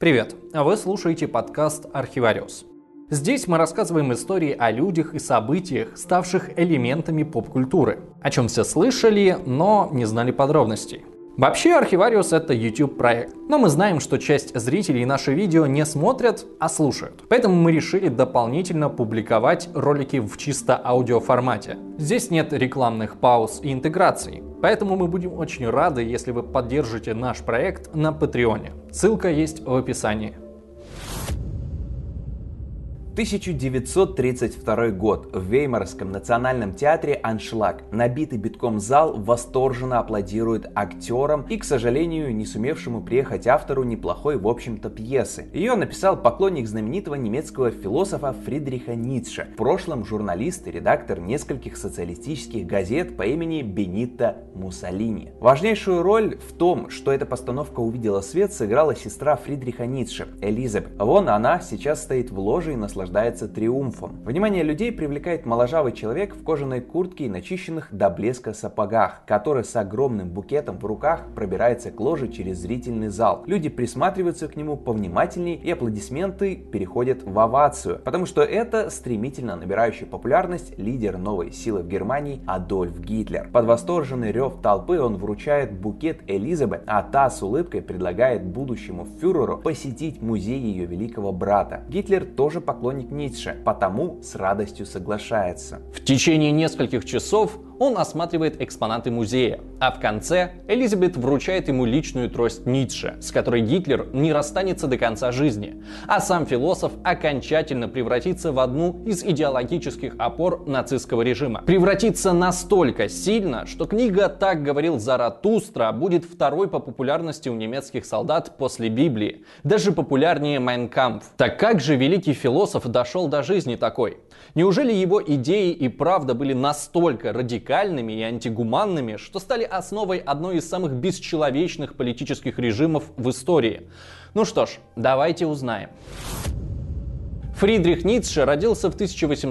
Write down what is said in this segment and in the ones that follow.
Привет! Вы слушаете подкаст «Архивариус». Здесь мы рассказываем истории о людях и событиях, ставших элементами поп-культуры, о чем все слышали, но не знали подробностей. Вообще, «Архивариус» — это YouTube-проект, но мы знаем, что часть зрителей наши видео не смотрят, а слушают. Поэтому мы решили дополнительно публиковать ролики в чисто аудиоформате. Здесь нет рекламных пауз и интеграций, поэтому мы будем очень рады, если вы поддержите наш проект на Патреоне. Ссылка есть в описании. 1932 год. В Веймарском национальном театре «Аншлаг». Набитый битком зал восторженно аплодирует актерам и, к сожалению, не сумевшему приехать автору неплохой, в общем-то, пьесы. Ее написал поклонник знаменитого немецкого философа Фридриха Ницше, в прошлом журналист и редактор нескольких социалистических газет по имени Бенито Муссолини. Важнейшую роль в том, что эта постановка увидела свет, сыграла сестра Фридриха Ницше, Элизабет. Вон она сейчас стоит в ложе и наслаждается триумфом. Внимание людей привлекает моложавый человек в кожаной куртке и начищенных до блеска сапогах, который с огромным букетом в руках пробирается к ложе через зрительный зал. Люди присматриваются к нему повнимательней, и аплодисменты переходят в овацию, потому что это стремительно набирающий популярность лидер новой силы в Германии Адольф Гитлер. Под восторженный рев толпы он вручает букет Элизабет, а та с улыбкой предлагает будущему фюреру посетить музей ее великого брата. Гитлер тоже поклонник Ницше, потому с радостью соглашается. В течение нескольких часов он осматривает экспонаты музея, а в конце Элизабет вручает ему личную трость Ницше, с которой Гитлер не расстанется до конца жизни, а сам философ окончательно превратится в одну из идеологических опор нацистского режима. Превратится настолько сильно, что книга «Так говорил Заратустра» будет второй по популярности у немецких солдат после Библии, даже популярнее «Майн кампф». Так как же великий философ дошел до жизни такой? Неужели его идеи и правда были настолько радикальными и антигуманными, что стали основой одной из самых бесчеловечных политических режимов в истории? Ну что ж, давайте узнаем. Фридрих Ницше родился в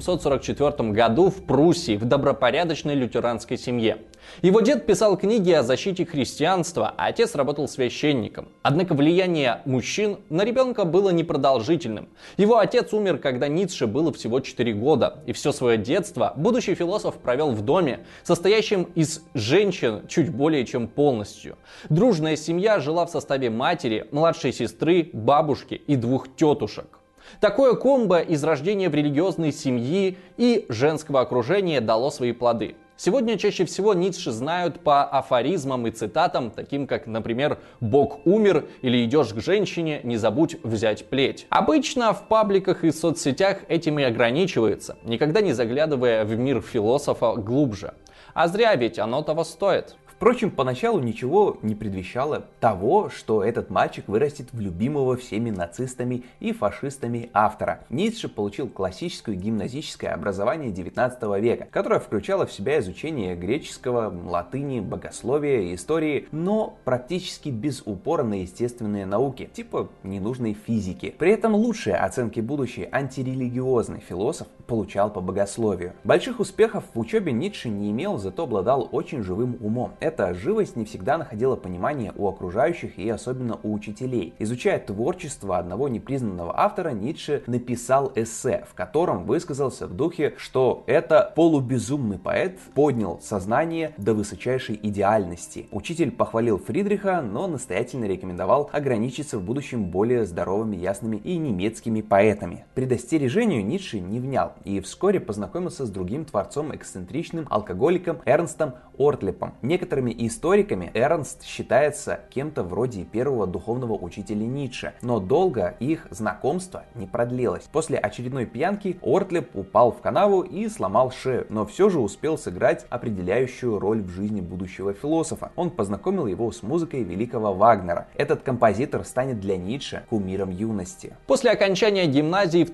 1844 году в Пруссии в добропорядочной лютеранской семье. Его дед писал книги о защите христианства, а отец работал священником. Однако влияние мужчин на ребенка было непродолжительным. Его отец умер, когда Ницше было всего 4 года, и все свое детство будущий философ провел в доме, состоящем из женщин чуть более чем полностью. Дружная семья жила в составе матери, младшей сестры, бабушки и 2 тетушек. Такое комбо из рождения в религиозной семьи и женского окружения дало свои плоды. Сегодня чаще всего Ницше знают по афоризмам и цитатам, таким как, например, «Бог умер» или «Идешь к женщине, не забудь взять плеть». Обычно в пабликах и соцсетях этим и ограничивается, никогда не заглядывая в мир философа глубже. А зря, ведь оно того стоит. Впрочем, поначалу ничего не предвещало того, что этот мальчик вырастет в любимого всеми нацистами и фашистами автора. Ницше получил классическое гимназическое образование 19 века, которое включало в себя изучение греческого, латыни, богословия, истории, но практически без упора на естественные науки, типа ненужной физики. При этом лучшие оценки будущий антирелигиозный философ получал по богословию. Больших успехов в учебе Ницше не имел, зато обладал очень живым умом. Эта живость не всегда находила понимание у окружающих и особенно у учителей. Изучая творчество одного непризнанного автора, Ницше написал эссе, в котором высказался в духе, что это полубезумный поэт поднял сознание до высочайшей идеальности. Учитель похвалил Фридриха, но настоятельно рекомендовал ограничиться в будущем более здоровыми, ясными и немецкими поэтами. Предостережению Ницше не внял и вскоре познакомился с другим творцом, эксцентричным алкоголиком Эрнстом Ортлепом. Некоторыми историками Эрнст считается кем-то вроде первого духовного учителя Ницше, но долго их знакомство не продлилось. После очередной пьянки Ортлеп упал в канаву и сломал шею, но все же успел сыграть определяющую роль в жизни будущего философа. Он познакомил его с музыкой великого Вагнера. Этот композитор станет для Ницше кумиром юности. После окончания гимназии в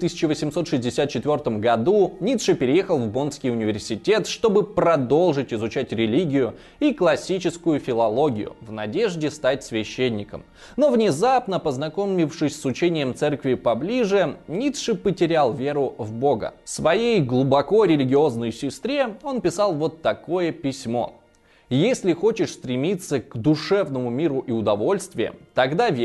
1864 году Ницше переехал в Боннский университет, чтобы продолжить изучать религию и классическую филологию в надежде стать священником. Но внезапно, познакомившись с учением церкви поближе, Ницше потерял веру в Бога. Своей глубоко религиозной сестре он писал вот такое письмо. «Если хочешь стремиться к душевному миру и удовольствиям, тогда верь.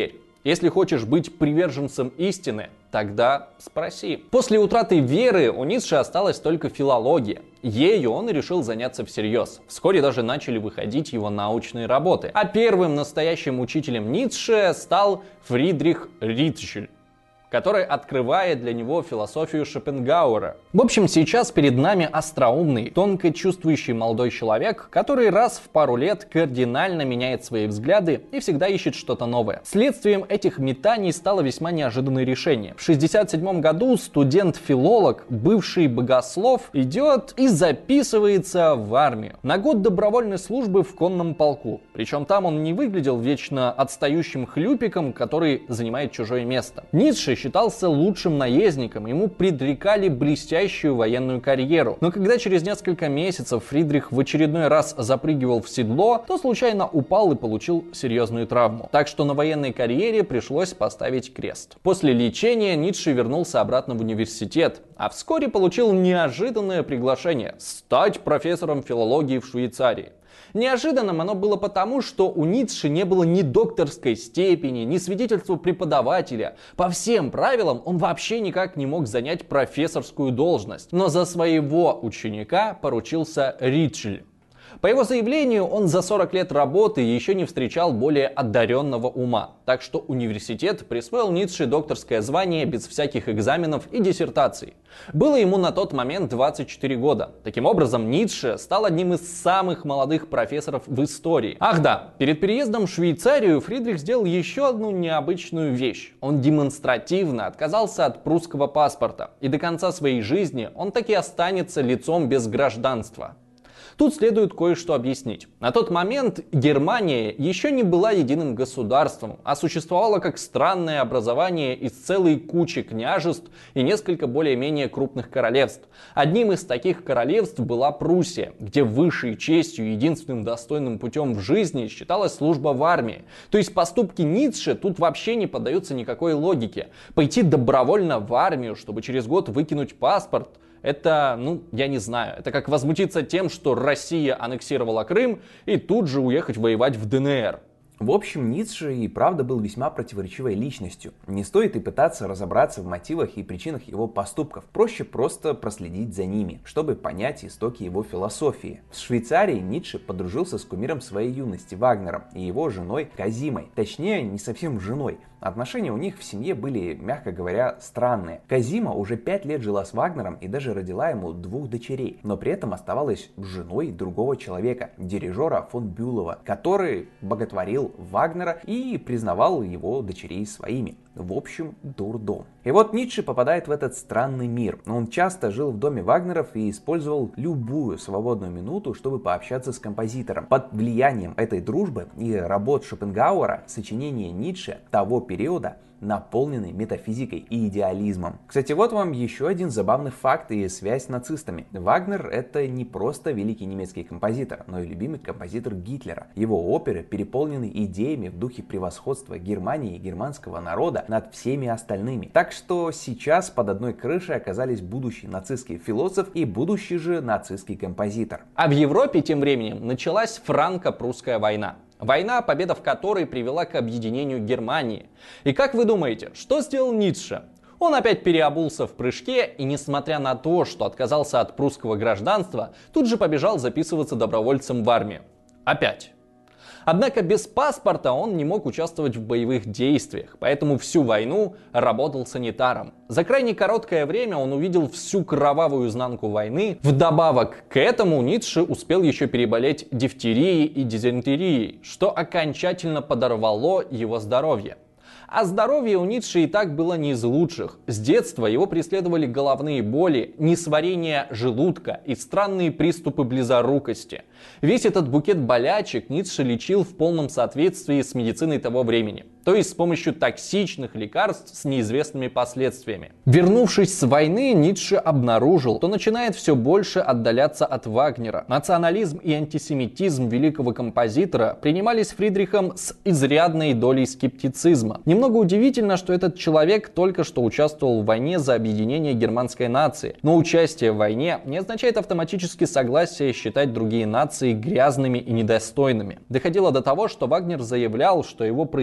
Если хочешь быть приверженцем истины, тогда спроси. После утраты веры у Ницше осталась только филология. Ею он и решил заняться всерьез. Вскоре даже начали выходить его научные работы. А первым настоящим учителем Ницше стал Фридрих Ницше, который открывает для него философию Шопенгауэра. В общем, сейчас перед нами остроумный, тонко чувствующий молодой человек, который раз в пару лет кардинально меняет свои взгляды и всегда ищет что-то новое. Следствием этих метаний стало весьма неожиданное решение. В 1967 году студент-филолог, бывший богослов, идет и записывается в армию. На год добровольной службы в конном полку. Причем там он не выглядел вечно отстающим хлюпиком, который занимает чужое место. Ницше считался лучшим наездником, ему предрекали блестящую военную карьеру. Но когда через несколько месяцев Фридрих в очередной раз запрыгивал в седло, то случайно упал и получил серьезную травму. Так что на военной карьере пришлось поставить крест. После лечения Ницше вернулся обратно в университет, а вскоре получил неожиданное приглашение стать профессором филологии в Швейцарии. Неожиданным оно было потому, что у Ницше не было ни докторской степени, ни свидетельства преподавателя. По всем правилам он вообще никак не мог занять профессорскую должность. Но за своего ученика поручился Ницше. По его заявлению, он за 40 лет работы еще не встречал более одаренного ума. Так что университет присвоил Ницше докторское звание без всяких экзаменов и диссертаций. Было ему на тот момент 24 года. Таким образом, Ницше стал одним из самых молодых профессоров в истории. Ах да, перед переездом в Швейцарию Фридрих сделал еще одну необычную вещь. Он демонстративно отказался от прусского паспорта. И до конца своей жизни он так и останется лицом без гражданства. Тут следует кое-что объяснить. На тот момент Германия еще не была единым государством, а существовала как странное образование из целой кучи княжеств и несколько более-менее крупных королевств. Одним из таких королевств была Пруссия, где высшей честью и единственным достойным путем в жизни считалась служба в армии. То есть поступки Ницше тут вообще не поддаются никакой логике. Пойти добровольно в армию, чтобы через год выкинуть паспорт, это, я не знаю, это как возмутиться тем, что Россия аннексировала Крым и тут же уехать воевать в ДНР. В общем, Ницше и правда был весьма противоречивой личностью. Не стоит и пытаться разобраться в мотивах и причинах его поступков. Проще просто проследить за ними, чтобы понять истоки его философии. В Швейцарии Ницше подружился с кумиром своей юности Вагнером и его женой Козимой. Точнее, не совсем женой. Отношения у них в семье были, мягко говоря, странные. Козима уже 5 лет жила с Вагнером и даже родила ему 2 дочерей, но при этом оставалась женой другого человека, дирижера фон Бюлова, который боготворил Вагнера и признавал его дочерей своими. В общем, дурдом. И вот Ницше попадает в этот странный мир. Он часто жил в доме Вагнеров и использовал любую свободную минуту, чтобы пообщаться с композитором. Под влиянием этой дружбы и работ Шопенгауэра сочинения Ницше того периода наполнены метафизикой и идеализмом. Кстати, вот вам еще один забавный факт и связь с нацистами. Вагнер — это не просто великий немецкий композитор, но и любимый композитор Гитлера. Его оперы переполнены идеями в духе превосходства Германии и германского народа над всеми остальными. Так что сейчас под одной крышей оказались будущий нацистский философ и будущий же нацистский композитор. А в Европе тем временем началась франко-прусская война. Война, победа в которой привела к объединению Германии. И как вы думаете, что сделал Ницше? Он опять переобулся в прыжке и, несмотря на то, что отказался от прусского гражданства, тут же побежал записываться добровольцем в армию. Опять. Однако без паспорта он не мог участвовать в боевых действиях, поэтому всю войну работал санитаром. За крайне короткое время он увидел всю кровавую изнанку войны. Вдобавок к этому Ницше успел еще переболеть дифтерией и дизентерией, что окончательно подорвало его здоровье. А здоровье у Ницше и так было не из лучших. С детства его преследовали головные боли, несварение желудка и странные приступы близорукости. Весь этот букет болячек Ницше лечил в полном соответствии с медициной того времени, то есть с помощью токсичных лекарств с неизвестными последствиями. Вернувшись с войны, Ницше обнаружил, что начинает все больше отдаляться от Вагнера. Национализм и антисемитизм великого композитора принимались Фридрихом с изрядной долей скептицизма. Немного удивительно, что этот человек только что участвовал в войне за объединение германской нации, но участие в войне не означает автоматически согласие считать другие нации грязными и недостойными. Доходило до того, что Вагнер заявлял, что его произведения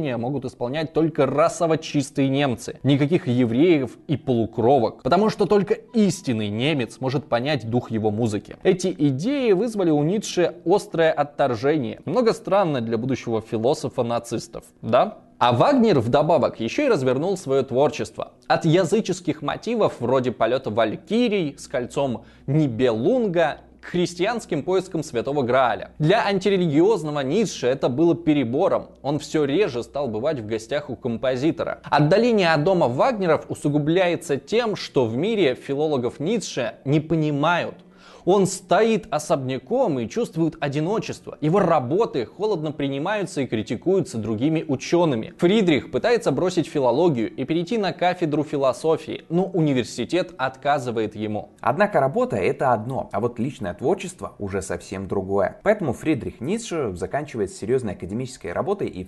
пение могут исполнять только расово чистые немцы. Никаких евреев и полукровок. Потому что только истинный немец может понять дух его музыки. Эти идеи вызвали у Ницше острое отторжение. Немного странно для будущего философа нацистов, да? А Вагнер вдобавок еще и развернул свое творчество. От языческих мотивов вроде полета валькирий с кольцом Нибелунга к христианским поискам Святого Грааля. Для антирелигиозного Ницше это было перебором. Он все реже стал бывать в гостях у композитора. Отдаление от дома Вагнеров усугубляется тем, что в мире филологов Ницше не понимают. Он стоит особняком и чувствует одиночество. Его работы холодно принимаются и критикуются другими учеными. Фридрих пытается бросить филологию и перейти на кафедру философии, но университет отказывает ему. Однако работа — это одно, а вот личное творчество уже совсем другое. Поэтому Фридрих Ницше заканчивает серьезной академической работой и в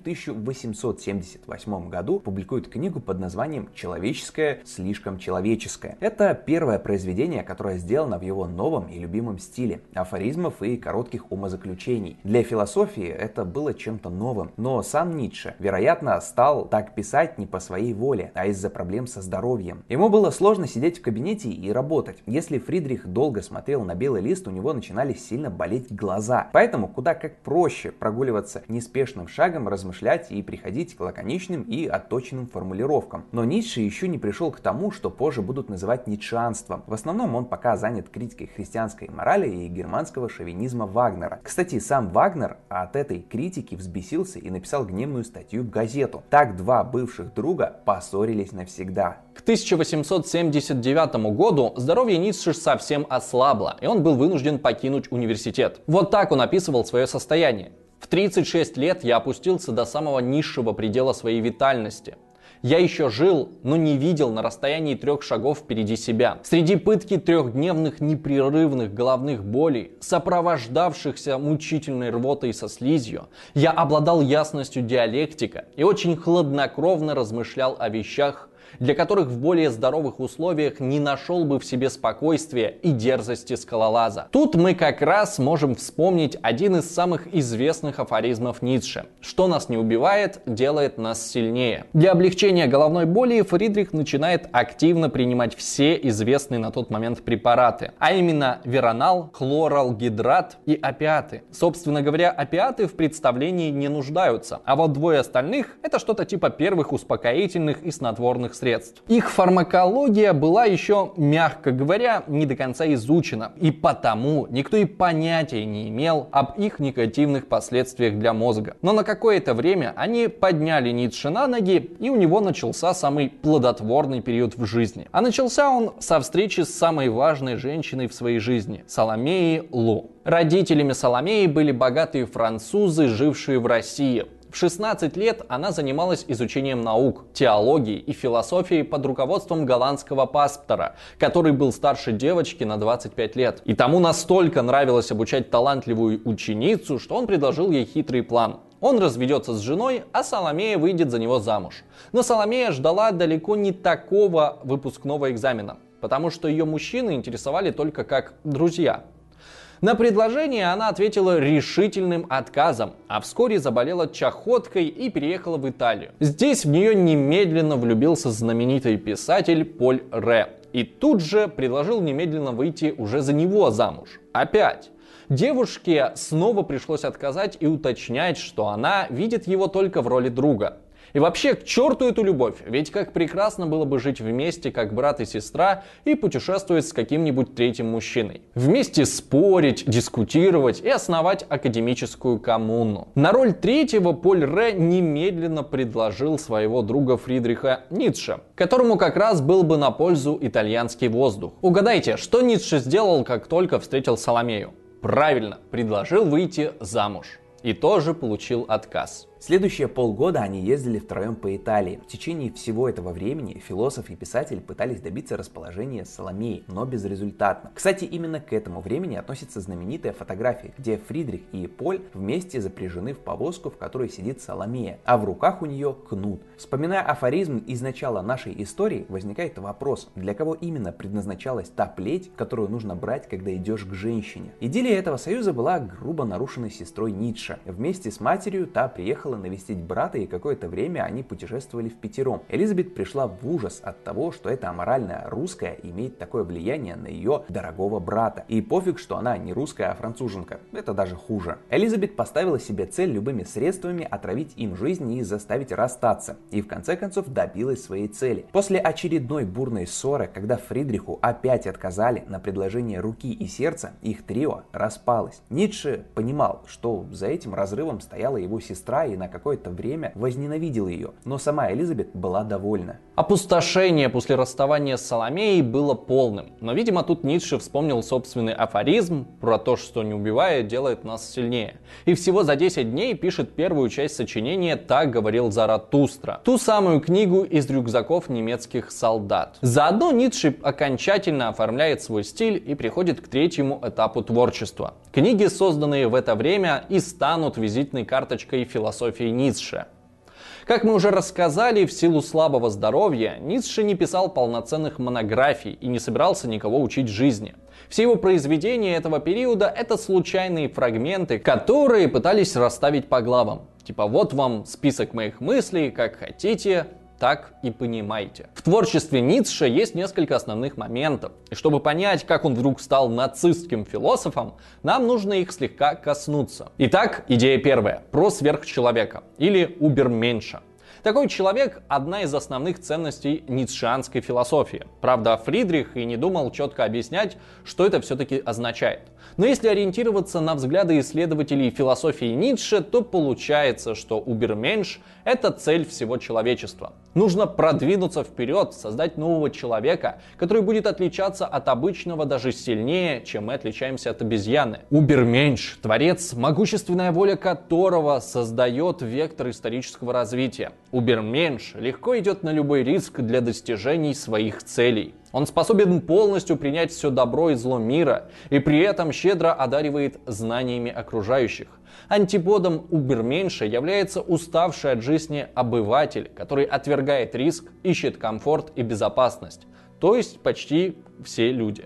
1878 году публикует книгу под названием «Человеческое слишком человеческое». Это первое произведение, которое сделано в его новом и любимом стиле афоризмов и коротких умозаключений. Для философии это было чем-то новым, но сам Ницше, вероятно, стал так писать не по своей воле, а из-за проблем со здоровьем. Ему было сложно сидеть в кабинете и работать. Если Фридрих долго смотрел на белый лист, у него начинали сильно болеть глаза. Поэтому куда как проще прогуливаться неспешным шагом, размышлять и приходить к лаконичным и отточенным формулировкам. Но Ницше еще не пришел к тому, что позже будут называть ницшеанством. В основном он пока занят критикой христианской морали и германского шовинизма Вагнера. Кстати, сам Вагнер от этой критики взбесился и написал гневную статью в газету. Так два бывших друга поссорились навсегда. К 1879 году здоровье Ницше совсем ослабло, и он был вынужден покинуть университет. Вот так он описывал свое состояние. В 36 лет я опустился до самого низшего предела своей витальности. Я еще жил, но не видел на расстоянии 3 шагов впереди себя. Среди пытки 3-дневных непрерывных головных болей, сопровождавшихся мучительной рвотой со слизью, я обладал ясностью диалектика и очень хладнокровно размышлял о вещах, для которых в более здоровых условиях не нашел бы в себе спокойствия и дерзости скалолаза. Тут мы как раз можем вспомнить один из самых известных афоризмов Ницше: «Что нас не убивает, делает нас сильнее». Для облегчения головной боли Фридрих начинает активно принимать все известные на тот момент препараты, а именно веронал, хлоралгидрат и опиаты. Собственно говоря, опиаты в представлении не нуждаются, а вот двое остальных — это что-то типа первых успокоительных и снотворных средств. Их фармакология была еще, мягко говоря, не до конца изучена, и потому никто и понятия не имел об их негативных последствиях для мозга. Но на какое-то время они подняли Ницше на ноги, и у него начался самый плодотворный период в жизни. А начался он со встречи с самой важной женщиной в своей жизни — Саломеей Лу. Родителями Саломеи были богатые французы, жившие в России. В 16 лет она занималась изучением наук, теологией и философией под руководством голландского пастора, который был старше девочки на 25 лет. И тому настолько нравилось обучать талантливую ученицу, что он предложил ей хитрый план. Он разведется с женой, а Саломея выйдет за него замуж. Но Саломея ждала далеко не такого выпускного экзамена, потому что ее мужчины интересовали только как друзья. На предложение она ответила решительным отказом, а вскоре заболела чахоткой и переехала в Италию. Здесь в нее немедленно влюбился знаменитый писатель Поль Ре и тут же предложил немедленно выйти уже за него замуж. Опять. Девушке снова пришлось отказать и уточнять, что она видит его только в роли друга. И вообще, к черту эту любовь, ведь как прекрасно было бы жить вместе, как брат и сестра, и путешествовать с каким-нибудь третьим мужчиной. Вместе спорить, дискутировать и основать академическую коммуну. На роль третьего Поль Ре немедленно предложил своего друга Фридриха Ницше, которому как раз был бы на пользу итальянский воздух. Угадайте, что Ницше сделал, как только встретил Саломею? Правильно, предложил выйти замуж. И тоже получил отказ. Следующие полгода они ездили втроем по Италии. В течение всего этого времени философ и писатель пытались добиться расположения Саломеи, но безрезультатно. Кстати, именно к этому времени относится знаменитая фотография, где Фридрих и Поль вместе запряжены в повозку, в которой сидит Саломея, а в руках у нее кнут. Вспоминая афоризм из начала нашей истории, возникает вопрос, для кого именно предназначалась та плеть, которую нужно брать, когда идешь к женщине. Идиллия этого союза была грубо нарушена сестрой Ницше. Вместе с матерью та приехала приехала навестить брата, и какое-то время они путешествовали впятером. Элизабет пришла в ужас от того, что эта аморальная русская имеет такое влияние на ее дорогого брата. И пофиг, что она не русская, а француженка. Это даже хуже. Элизабет поставила себе цель любыми средствами отравить им жизнь и заставить расстаться. И в конце концов добилась своей цели. После очередной бурной ссоры, когда Фридриху опять отказали на предложение руки и сердца, их трио распалось. Ницше понимал, что за этим разрывом стояла его сестра и на какое-то время возненавидел ее. Но сама Элизабет была довольна. Опустошение после расставания с Соломеей было полным. Но, видимо, тут Ницше вспомнил собственный афоризм про то, что не убивая, делает нас сильнее. И всего за 10 дней пишет первую часть сочинения «Так говорил Заратустра», ту самую книгу из рюкзаков немецких солдат. Заодно Ницше окончательно оформляет свой стиль и приходит к третьему этапу творчества. Книги, созданные в это время, и станут визитной карточкой философии Ницше. Как мы уже рассказали, в силу слабого здоровья Ницше не писал полноценных монографий и не собирался никого учить жизни. Все его произведения этого периода — это случайные фрагменты, которые пытались расставить по главам. Типа вот вам список моих мыслей, как хотите, так и понимайте. В творчестве Ницше есть несколько основных моментов. И чтобы понять, как он вдруг стал нацистским философом, нам нужно их слегка коснуться. Итак, идея первая. Про сверхчеловека или уберменша. Такой человек – одна из основных ценностей ницшеанской философии. Правда, Фридрих и не думал четко объяснять, что это все-таки означает. Но если ориентироваться на взгляды исследователей философии Ницше, то получается, что уберменш – это цель всего человечества. Нужно продвинуться вперед, создать нового человека, который будет отличаться от обычного даже сильнее, чем мы отличаемся от обезьяны. Уберменш – творец, могущественная воля которого создает вектор исторического развития. Уберменш легко идет на любой риск для достижений своих целей. Он способен полностью принять все добро и зло мира и при этом щедро одаривает знаниями окружающих. Антиподом уберменша является уставший от жизни обыватель, который отвергает риск, ищет комфорт и безопасность. То есть почти все люди.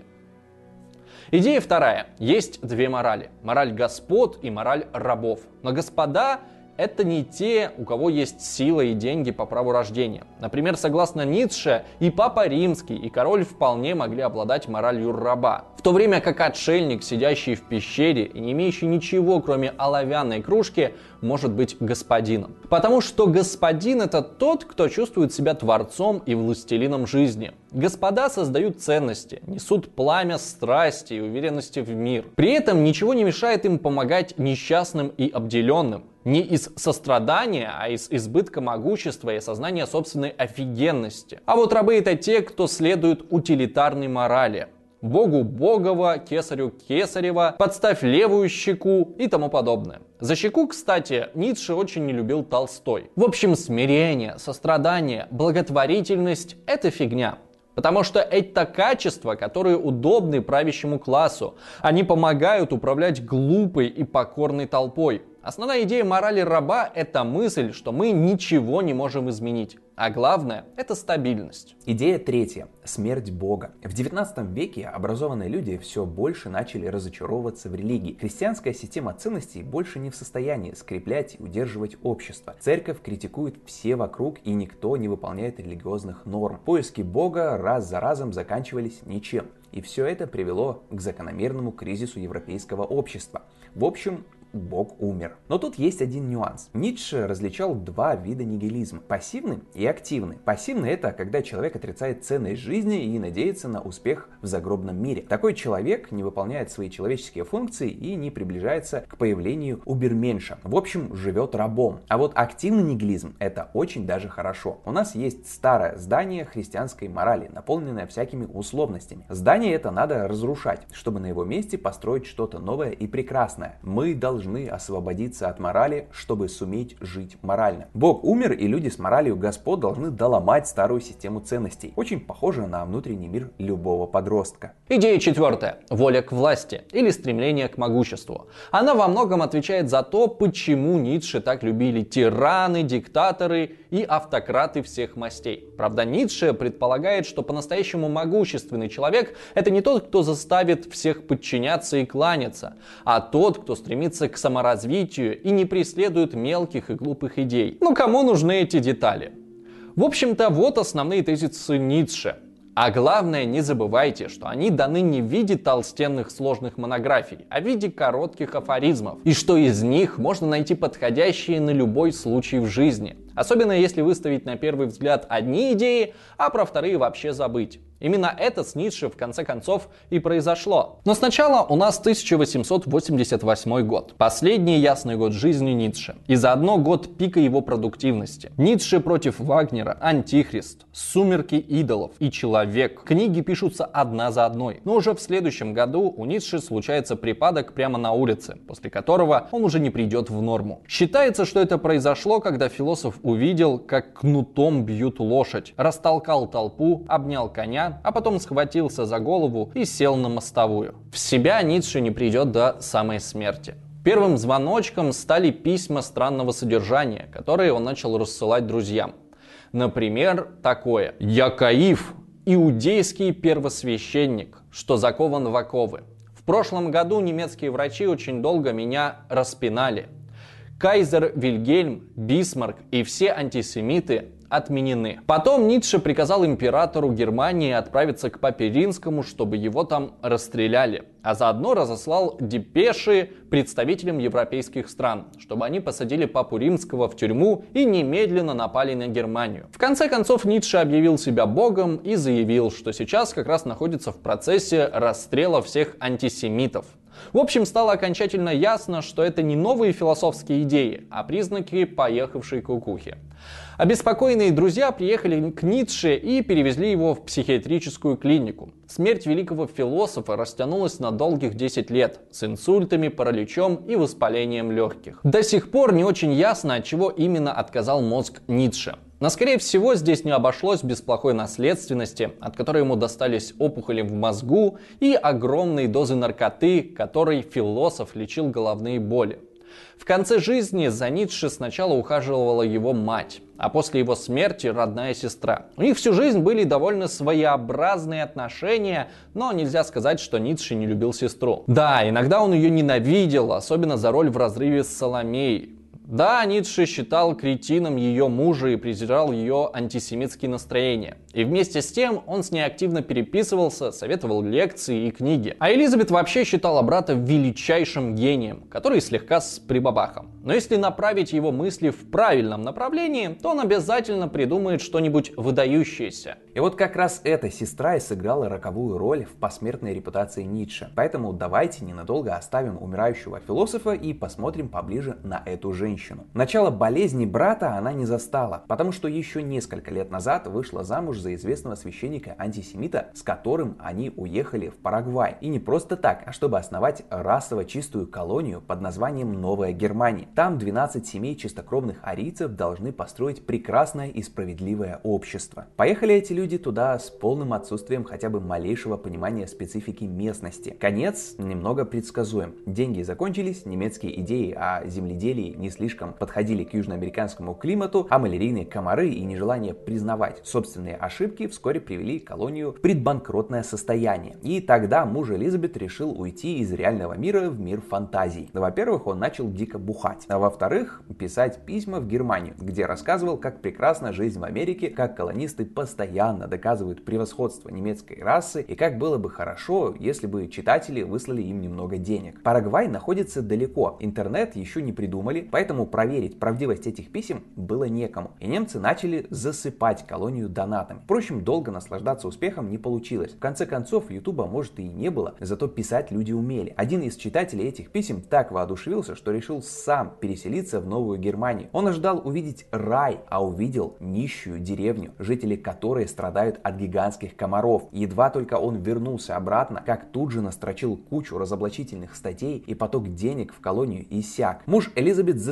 Идея вторая. Есть две морали. Мораль господ и мораль рабов. Но господа — это не те, у кого есть сила и деньги по праву рождения. Например, согласно Ницше, и Папа Римский, и король вполне могли обладать моралью раба. В то время как отшельник, сидящий в пещере и не имеющий ничего, кроме оловянной кружки, может быть господином. Потому что господин — это тот, кто чувствует себя творцом и властелином жизни. Господа создают ценности, несут пламя страсти и уверенности в мир. При этом ничего не мешает им помогать несчастным и обделенным. Не из сострадания, а из избытка могущества и осознания собственной офигенности. А вот рабы — это те, кто следует утилитарной морали. Богу богово, кесарю кесарева, подставь левую щеку и тому подобное. За щеку, кстати, Ницше очень не любил Толстой. В общем, смирение, сострадание, благотворительность — это фигня. Потому что это качества, которые удобны правящему классу. Они помогают управлять глупой и покорной толпой. Основная идея морали раба – это мысль, что мы ничего не можем изменить. А главное – это стабильность. Идея третья – смерть Бога. В 19 веке образованные люди все больше начали разочаровываться в религии. Христианская система ценностей больше не в состоянии скреплять и удерживать общество. Церковь критикует все вокруг, и никто не выполняет религиозных норм. Поиски Бога раз за разом заканчивались ничем. И все это привело к закономерному кризису европейского общества. В общем, Бог умер. Но тут есть один нюанс. Ницше различал два вида нигилизма. Пассивный и активный. Пассивный — это когда человек отрицает ценность жизни и надеется на успех в загробном мире. Такой человек не выполняет свои человеческие функции и не приближается к появлению уберменша. В общем, живет рабом. А вот активный нигилизм — это очень даже хорошо. У нас есть старое здание христианской морали, наполненное всякими условностями. Здание это надо разрушать, чтобы на его месте построить что-то новое и прекрасное. Мы должны освободиться от морали, чтобы суметь жить морально. Бог умер, и люди с моралью господ должны доломать старую систему ценностей. Очень похоже на внутренний мир любого подростка. Идея четвертая. Воля к власти или стремление к могуществу. Она во многом отвечает за то, почему Ницше так любили тираны, диктаторы и автократы всех мастей. Правда, Ницше предполагает, что по-настоящему могущественный человек – это не тот, кто заставит всех подчиняться и кланяться, а тот, кто стремится к саморазвитию и не преследует мелких и глупых идей. Но кому нужны эти детали? В общем-то, вот основные тезисы Ницше. А главное, не забывайте, что они даны не в виде толстенных сложных монографий, а в виде коротких афоризмов. И что из них можно найти подходящие на любой случай в жизни. Особенно если выставить на первый взгляд одни идеи, а про вторые вообще забыть. Именно это с Ницше в конце концов и произошло. Но сначала у нас 1888 год. Последний ясный год жизни Ницше. И заодно год пика его продуктивности. Ницше против Вагнера, Антихрист, Сумерки идолов и Человек. Книги пишутся одна за одной. Но уже в следующем году у Ницше случается припадок прямо на улице, после которого он уже не придет в норму. Считается, что это произошло, когда философ увидел, как кнутом бьют лошадь, растолкал толпу, обнял коня, а потом схватился за голову и сел на мостовую. В себя Ницше не придет до самой смерти. Первым звоночком стали письма странного содержания, которые он начал рассылать друзьям. Например, такое: «Я Каиф, иудейский первосвященник, что закован в оковы. В прошлом году немецкие врачи очень долго меня распинали. Кайзер Вильгельм, Бисмарк и все антисемиты отменены». Потом Ницше приказал императору Германии отправиться к папе Римскому, чтобы его там расстреляли, а заодно разослал депеши представителям европейских стран, чтобы они посадили папу Римского в тюрьму и немедленно напали на Германию. В конце концов, Ницше объявил себя богом и заявил, что сейчас как раз находится в процессе расстрела всех антисемитов. В общем, стало окончательно ясно, что это не новые философские идеи, а признаки поехавшей кукухи. Обеспокоенные друзья приехали к Ницше и перевезли его в психиатрическую клинику. Смерть великого философа растянулась на долгих 10 лет, с инсультами, параличом и воспалением легких. До сих пор не очень ясно, от чего именно отказал мозг Ницше. Но, скорее всего, здесь не обошлось без плохой наследственности, от которой ему достались опухоли в мозгу и огромные дозы наркоты, которой философ лечил головные боли. В конце жизни за Ницше сначала ухаживала его мать, а после его смерти родная сестра. У них всю жизнь были довольно своеобразные отношения, но нельзя сказать, что Ницше не любил сестру. Да, иногда он ее ненавидел, особенно за роль в разрыве с Саломеей. Да, Ницше считал кретином ее мужа и презирал ее антисемитские настроения. И вместе с тем он с ней активно переписывался, советовал лекции и книги. А Элизабет вообще считала брата величайшим гением, который слегка с прибабахом. Но если направить его мысли в правильном направлении, то он обязательно придумает что-нибудь выдающееся. И вот как раз эта сестра и сыграла роковую роль в посмертной репутации Ницше. Поэтому давайте ненадолго оставим умирающего философа и посмотрим поближе на эту женщину. Начало болезни брата она не застала, потому что еще несколько лет назад вышла замуж за известного священника-антисемита, с которым они уехали в Парагвай. И не просто так, а чтобы основать расово чистую колонию под названием Новая Германия. Там 12 семей чистокровных арийцев должны построить прекрасное и справедливое общество. Поехали эти люди туда с полным отсутствием хотя бы малейшего понимания специфики местности. Конец немного предсказуем. Деньги закончились, немецкие идеи о земледелии не слишком подходили к южноамериканскому климату, а малярийные комары и нежелание признавать собственные ошибки вскоре привели колонию в предбанкротное состояние. И тогда муж Элизабет решил уйти из реального мира в мир фантазий. Во-первых, он начал дико бухать, а во-вторых, писать письма в Германию, где рассказывал, как прекрасна жизнь в Америке, как колонисты постоянно доказывают превосходство немецкой расы и как было бы хорошо, если бы читатели выслали им немного денег. Парагвай находится далеко, интернет еще не придумали, поэтому проверить правдивость этих писем было некому. И немцы начали засыпать колонию донатами. Впрочем, долго наслаждаться успехом не получилось. В конце концов, Ютуба может и не было, зато писать люди умели. Один из читателей этих писем так воодушевился, что решил сам переселиться в Новую Германию. Он ожидал увидеть рай, а увидел нищую деревню, жители которой страдают от гигантских комаров. Едва только он вернулся обратно, как тут же настрочил кучу разоблачительных статей, и поток денег в колонию иссяк. Муж Элизабет застрелился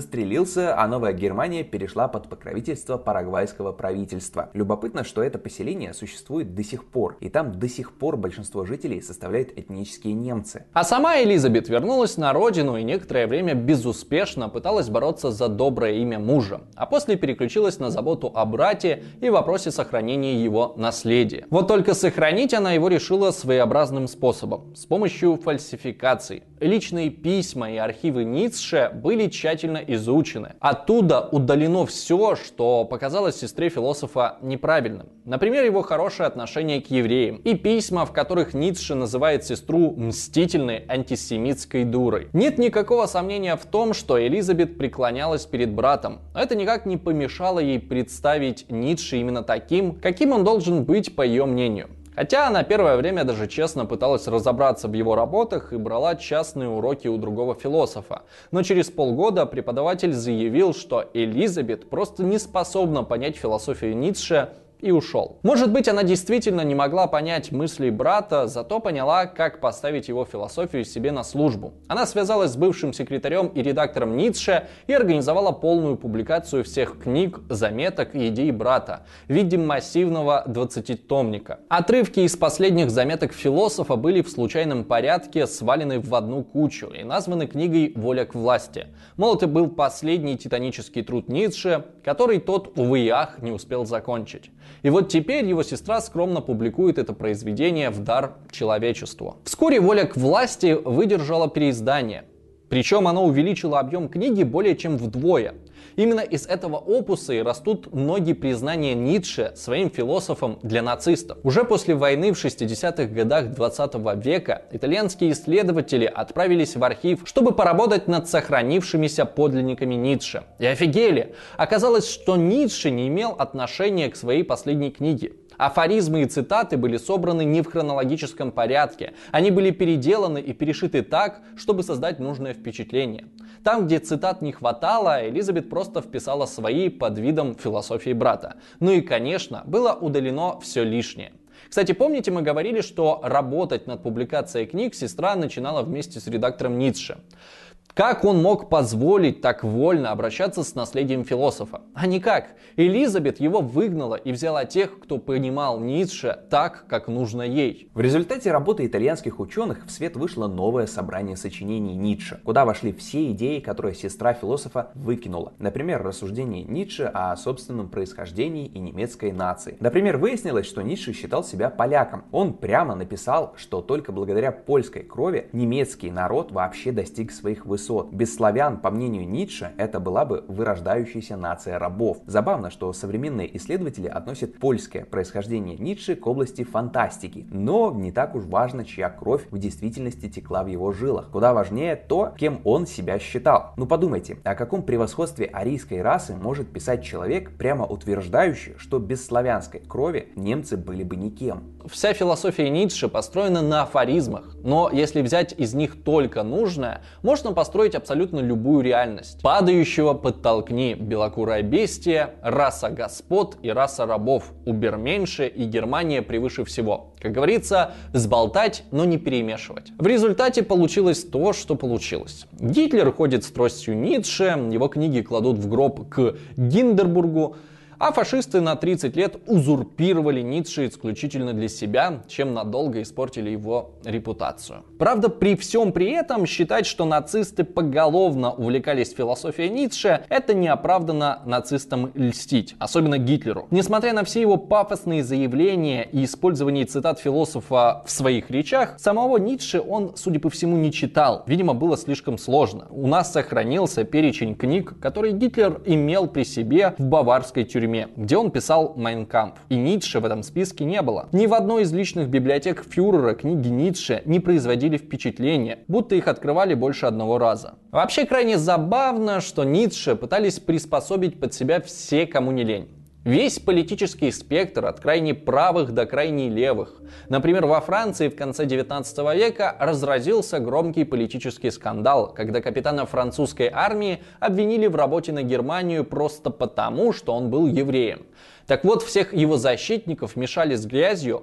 застрелился, а Новая Германия перешла под покровительство парагвайского правительства. Любопытно, что это поселение существует до сих пор, и там до сих пор большинство жителей составляют этнические немцы. А сама Элизабет вернулась на родину и некоторое время безуспешно пыталась бороться за доброе имя мужа, а после переключилась на заботу о брате и вопросе сохранения его наследия. Вот только сохранить она его решила своеобразным способом, с помощью фальсификаций. Личные письма и архивы Ницше были тщательно изучены. Оттуда удалено все, что показалось сестре философа неправильным. Например, его хорошее отношение к евреям и письма, в которых Ницше называет сестру мстительной антисемитской дурой. Нет никакого сомнения в том, что Элизабет преклонялась перед братом. Это никак не помешало ей представить Ницше именно таким, каким он должен быть, по ее мнению. Хотя она первое время даже честно пыталась разобраться в его работах и брала частные уроки у другого философа. Но через полгода преподаватель заявил, что Элизабет просто не способна понять философию Ницше, и ушел. Может быть, она действительно не могла понять мыслей брата, зато поняла, как поставить его философию себе на службу. Она связалась с бывшим секретарем и редактором Ницше и организовала полную публикацию всех книг, заметок и идей брата в виде массивного 20-томника. Отрывки из последних заметок философа были в случайном порядке свалены в одну кучу и названы книгой «Воля к власти». Мол, это был последний титанический труд Ницше, который тот, увы и ах, не успел закончить. И вот теперь его сестра скромно публикует это произведение в дар человечеству. Вскоре «Воля к власти» выдержала переиздание. Причем оно увеличило объем книги более чем вдвое. Именно из этого опуса и растут многие признания Ницше своим философом для нацистов. Уже после войны в 60-х годах 20 века итальянские исследователи отправились в архив, чтобы поработать над сохранившимися подлинниками Ницше. И офигели! Оказалось, что Ницше не имел отношения к своей последней книге. Афоризмы и цитаты были собраны не в хронологическом порядке. Они были переделаны и перешиты так, чтобы создать нужное впечатление. Там, где цитат не хватало, Элизабет просто вписала свои под видом философии брата. Ну и, конечно, было удалено все лишнее. Кстати, помните, мы говорили, что работать над публикацией книг сестра начинала вместе с редактором Ницше. Как он мог позволить так вольно обращаться с наследием философа? А никак. Элизабет его выгнала и взяла тех, кто понимал Ницше так, как нужно ей. В результате работы итальянских ученых в свет вышло новое собрание сочинений Ницше, куда вошли все идеи, которые сестра философа выкинула. Например, рассуждения Ницше о собственном происхождении и немецкой нации. Например, выяснилось, что Ницше считал себя поляком. Он прямо написал, что только благодаря польской крови немецкий народ вообще достиг своих высот. Без славян, по мнению Ницше, это была бы вырождающаяся нация рабов. Забавно, что современные исследователи относят польское происхождение Ницше к области фантастики. Но не так уж важно, чья кровь в действительности текла в его жилах. Куда важнее то, кем он себя считал. Ну подумайте, о каком превосходстве арийской расы может писать человек, прямо утверждающий, что без славянской крови немцы были бы никем. Вся философия Ницше построена на афоризмах, но если взять из них только нужное, можно построить абсолютно любую реальность. Падающего подтолкни, белокурое бестие, раса господ и раса рабов, уберменьше и Германия превыше всего. Как говорится, сболтать, но не перемешивать. В результате получилось то, что получилось. Гитлер ходит с тростью Ницше, его книги кладут в гроб к Гинденбургу, а фашисты на 30 лет узурпировали Ницше исключительно для себя, чем надолго испортили его репутацию. Правда, при всем при этом считать, что нацисты поголовно увлекались философией Ницше, это неоправданно нацистам льстить, особенно Гитлеру. Несмотря на все его пафосные заявления и использование цитат философа в своих речах, самого Ницше он, судя по всему, не читал. Видимо, было слишком сложно. У нас сохранился перечень книг, которые Гитлер имел при себе в баварской тюрьме, где он писал «Майн кампф». И Ницше в этом списке не было. Ни в одной из личных библиотек фюрера книги Ницше не производили впечатления, будто их открывали больше одного раза. Вообще крайне забавно, что Ницше пытались приспособить под себя все, кому не лень. Весь политический спектр от крайне правых до крайне левых. Например, во Франции в конце 19 века разразился громкий политический скандал, когда капитана французской армии обвинили в работе на Германию просто потому, что он был евреем. Так вот, всех его защитников мешали с грязью,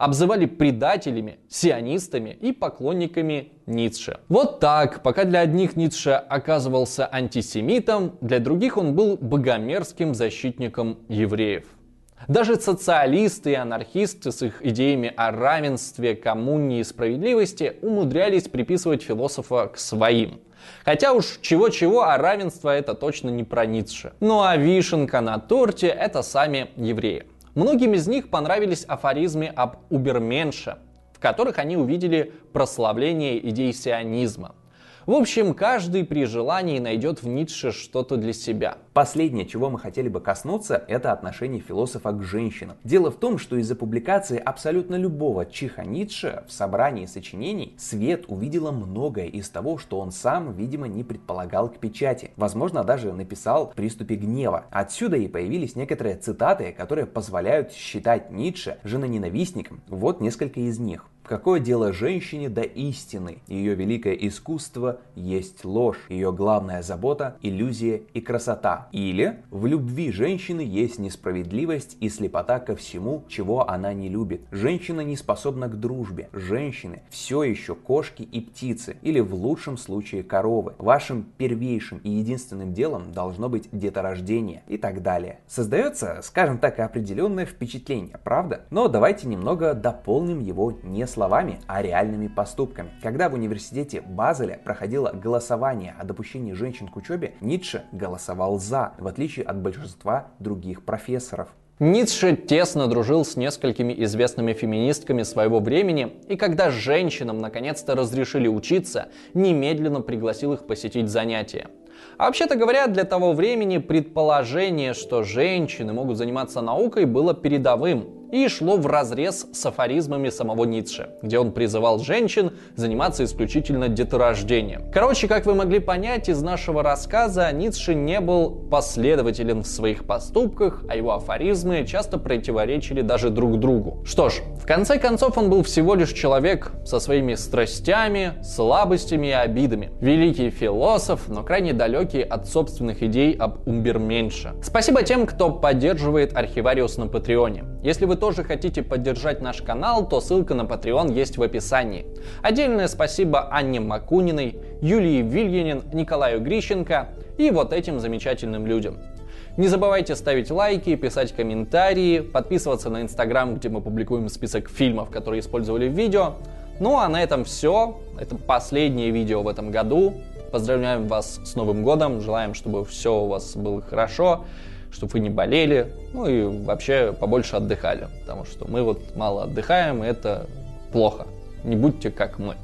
обзывали предателями, сионистами и поклонниками Ницше. Вот так, пока для одних Ницше оказывался антисемитом, для других он был богомерзким защитником евреев. Даже социалисты и анархисты с их идеями о равенстве, коммуне и справедливости умудрялись приписывать философа к своим. Хотя уж чего-чего, а равенство это точно не про Ницше. Ну а вишенка на торте это сами евреи. Многим из них понравились афоризмы об уберменше, в которых они увидели прославление идей сионизма. В общем, каждый при желании найдет в Ницше что-то для себя. Последнее, чего мы хотели бы коснуться, это отношение философа к женщинам. Дело в том, что из-за публикации абсолютно любого чиха Ницше в собрании сочинений свет увидела многое из того, что он сам, видимо, не предполагал к печати. Возможно, даже написал в приступе гнева. Отсюда и появились некоторые цитаты, которые позволяют считать Ницше женоненавистником. Вот несколько из них. Какое дело женщине до истины? Ее великое искусство есть ложь. Ее главная забота – иллюзия и красота. Или в любви женщины есть несправедливость и слепота ко всему, чего она не любит. Женщина не способна к дружбе. Женщины все еще кошки и птицы. Или в лучшем случае коровы. Вашим первейшим и единственным делом должно быть деторождение и так далее. Создается, скажем так, определенное впечатление, правда? Но давайте немного дополним его не словами, а реальными поступками. Когда в университете Базеля проходило голосование о допущении женщин к учебе, Ницше голосовал «за», в отличие от большинства других профессоров. Ницше тесно дружил с несколькими известными феминистками своего времени, и когда женщинам наконец-то разрешили учиться, немедленно пригласил их посетить занятия. А вообще-то говоря, для того времени предположение, что женщины могут заниматься наукой, было передовым и шло вразрез с афоризмами самого Ницше, где он призывал женщин заниматься исключительно деторождением. Короче, как вы могли понять из нашего рассказа, Ницше не был последователен в своих поступках, а его афоризмы часто противоречили даже друг другу. Что ж, в конце концов он был всего лишь человек со своими страстями, слабостями и обидами. Великий философ, но крайне далекий от собственных идей об уберменше. Спасибо тем, кто поддерживает Архивариус на Патреоне. Если вы тоже хотите поддержать наш канал, то ссылка на Patreon есть в описании. Отдельное спасибо Анне Макуниной, Юлии Вильянин, Николаю Грищенко и вот этим замечательным людям. Не забывайте ставить лайки, писать комментарии, подписываться на Instagram, где мы публикуем список фильмов, которые использовали в видео. Ну а на этом все. Это последнее видео в этом году. Поздравляем вас с Новым годом, желаем, чтобы все у вас было хорошо, чтобы вы не болели, ну и вообще побольше отдыхали, потому что мы вот мало отдыхаем, и это плохо. Не будьте как мы.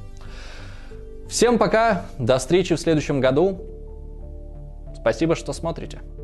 Всем пока, до встречи в следующем году. Спасибо, что смотрите.